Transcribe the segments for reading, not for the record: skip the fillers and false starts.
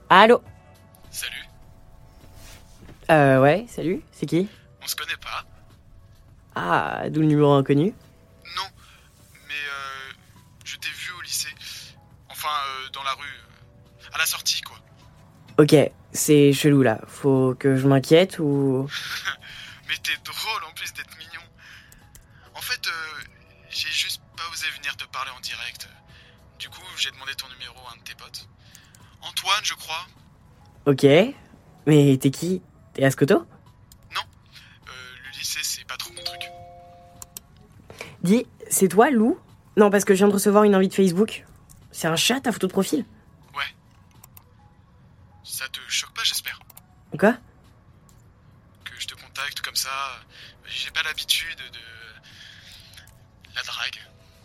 Allô? Salut, Ouais, salut, c'est qui? on se connaît pas? Ah, d'où le numéro inconnu? Non, mais je t'ai vu au lycée. Enfin, dans la rue. À la sortie, quoi. Ok, c'est chelou là, faut que je m'inquiète ou... Mais t'es drôle en plus d'être mignon. En fait, j'ai juste pas osé venir te parler en direct. Du coup, j'ai demandé ton numéro à un de tes potes. Antoine, je crois. Ok, mais t'es qui? T'es Ascoto? Non, le lycée, c'est pas trop mon truc. Dis, c'est toi, Lou? Non, parce que je viens de recevoir une invite Facebook. C'est un chat, ta photo de profil? Ouais. Ça te choque pas, j'espère? Quoi? Que je te contacte comme ça. J'ai pas l'habitude de... la drague.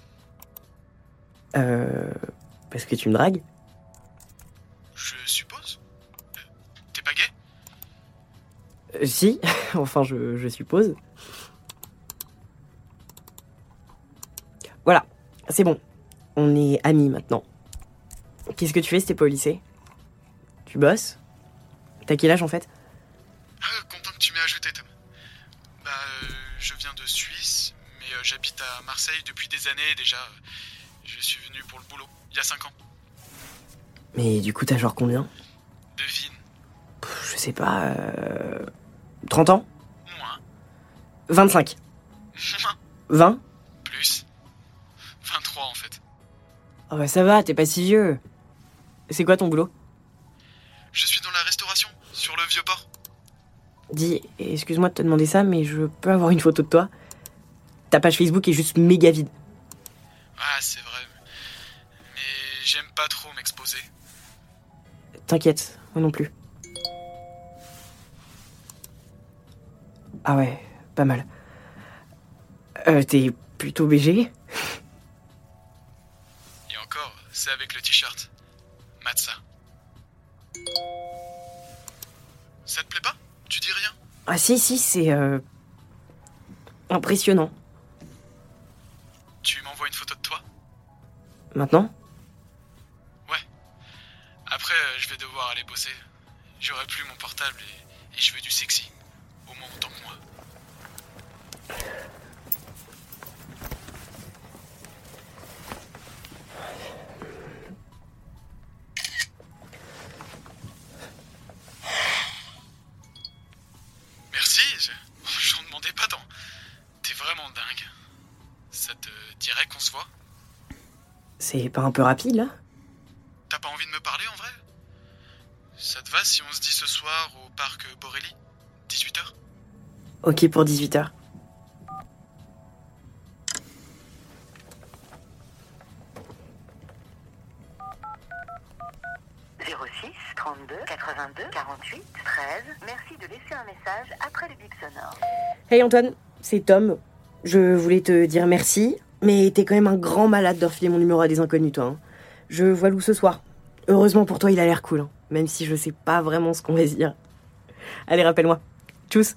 Parce que tu me dragues? Je suppose. T'es pas gay? Si, enfin je suppose. Voilà, c'est bon. On est amis maintenant. Qu'est-ce que tu fais si t'es pas au lycée? Tu bosses? T'as quel âge en fait? Ah, content que tu m'aies ajouté, Tom. Bah, je viens de Suisse, mais j'habite à Marseille depuis des années déjà. Je suis venu pour le boulot, il y a 5 ans. Mais du coup t'as genre combien? Devine. Je sais pas... 30 ans? Moins. 25? Moins. 20? Plus. 23 en fait. Oh bah ça va, t'es pas si vieux. C'est quoi ton boulot? Je suis dans la restauration, sur le vieux port. Dis, excuse-moi de te demander ça, mais je peux avoir une photo de toi? Ta page Facebook est juste méga vide. Ah, c'est vrai. Mais j'aime pas trop m'exposer. T'inquiète, moi non plus. Ah ouais, pas mal. T'es plutôt BG? Et encore, c'est avec le t-shirt. Matza. Ça te plaît pas? Tu dis rien? Ah si, c'est... impressionnant. Tu m'envoies une photo de toi? Maintenant? Ouais. Après, je vais devoir aller bosser. J'aurai plus mon portable et je veux du sexy. Au moins autant que moi. Merci, j'en demandais pas tant. T'es vraiment dingue. Ça te dirait qu'on se voit? C'est pas un peu rapide là? T'as pas envie de me parler en vrai? Ça te va si on se dit ce soir au parc Borelli? 18h? Ok pour 18h. (06 32 82 48 13). Merci de laisser un message après le bip sonore. Hey Antoine, c'est Tom. Je voulais te dire merci, mais t'es quand même un grand malade de refiler mon numéro à des inconnus, toi. Hein. Je vois Lou ce soir. Heureusement pour toi, il a l'air cool, hein, même si je sais pas vraiment ce qu'on va se dire. Allez, rappelle-moi. Tchuss.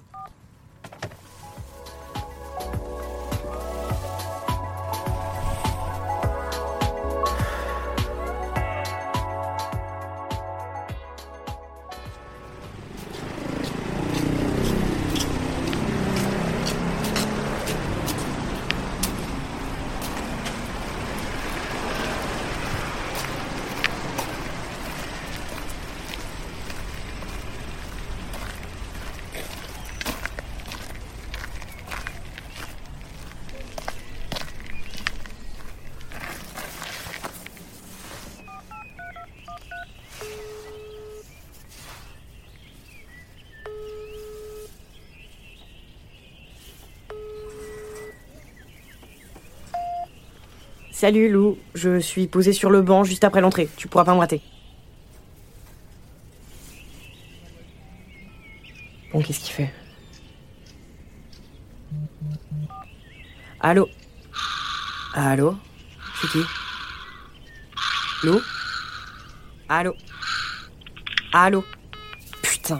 Salut Lou, je suis posée sur le banc juste après l'entrée. Tu pourras pas me rater. Bon, qu'est-ce qu'il fait? Allô? Allô? C'est qui? Lou? Allô? Allô? Putain.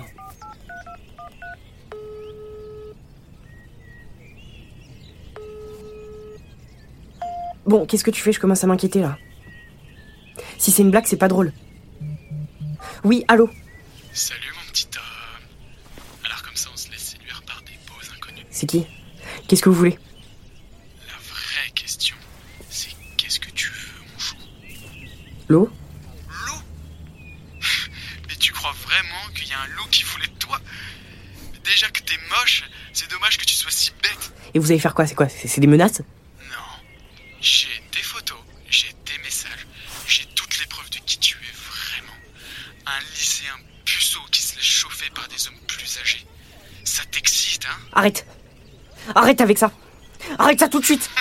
Bon, qu'est-ce que tu fais? Je commence à m'inquiéter là. Si c'est une blague, c'est pas drôle. Oui, allô? Salut mon petit homme. Alors comme ça on se laisse séduire par des beaux inconnus. C'est qui? Qu'est-ce que vous voulez? La vraie question, c'est qu'est-ce que tu veux mon chou? L'eau? Loup? Mais tu crois vraiment qu'il y a un loup qui voulait de toi? Déjà que t'es moche, c'est dommage que tu sois si bête. Et vous allez faire quoi? C'est quoi? C'est des menaces? Non, j'ai des photos, j'ai des messages, j'ai toutes les preuves de qui tu es vraiment. Un lycéen puceau qui se laisse chauffer par des hommes plus âgés. Ça t'excite, hein? Arrête! Arrête avec ça! Arrête ça tout de suite!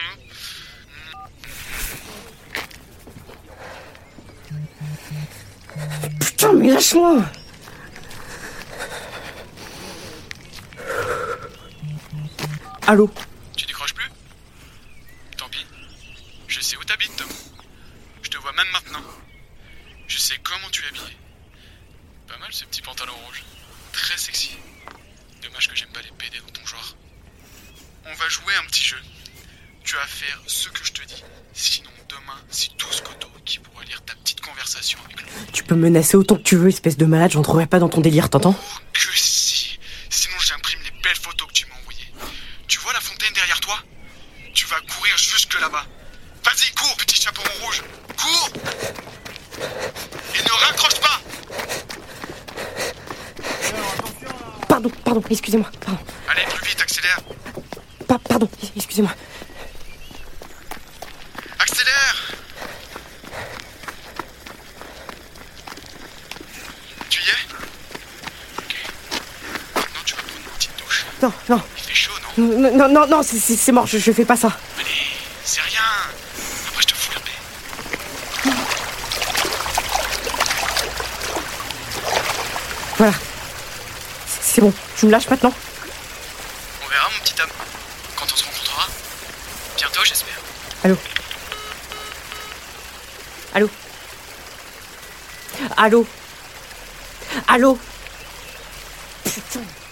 Putain, mais lâche-moi! Allô? Tu décroches plus? Tant pis. Je sais où t'habites, Tom. Je te vois même maintenant. Je sais comment tu es habillé. Pas mal ce petit pantalon rouge. Très sexy. Dommage que j'aime pas les BD dans ton genre. On va jouer un petit jeu. Tu vas faire ce que je te dis. Sinon, demain, c'est 12 coteaux qui pourra lire ta petite conversation avec lui. Tu peux me menacer autant que tu veux, espèce de malade, j'entrerai pas dans ton délire, t'entends? Oh, que si. Sinon, j'imprime les belles photos que tu m'as envoyées. Tu vois la fontaine derrière toi? Tu vas courir jusque là-bas. Vas-y, cours, petit chaperon rouge. Cours! Et ne raccroche pas! Pardon, excusez-moi. Pardon, Allez, plus vite, accélère. pardon, excusez-moi. Accélère! Tu y es? Ok. Maintenant, tu vas prendre une petite douche. Non, Il fait chaud, non? non, c'est mort, je fais pas ça. Allez, c'est rien. Après, je te fous la paix. Voilà. C'est bon, tu me lâches maintenant? On verra, mon petit homme. Quand on se rencontrera. Bientôt, j'espère. Allô? Allô? Allô? Allô? Putain.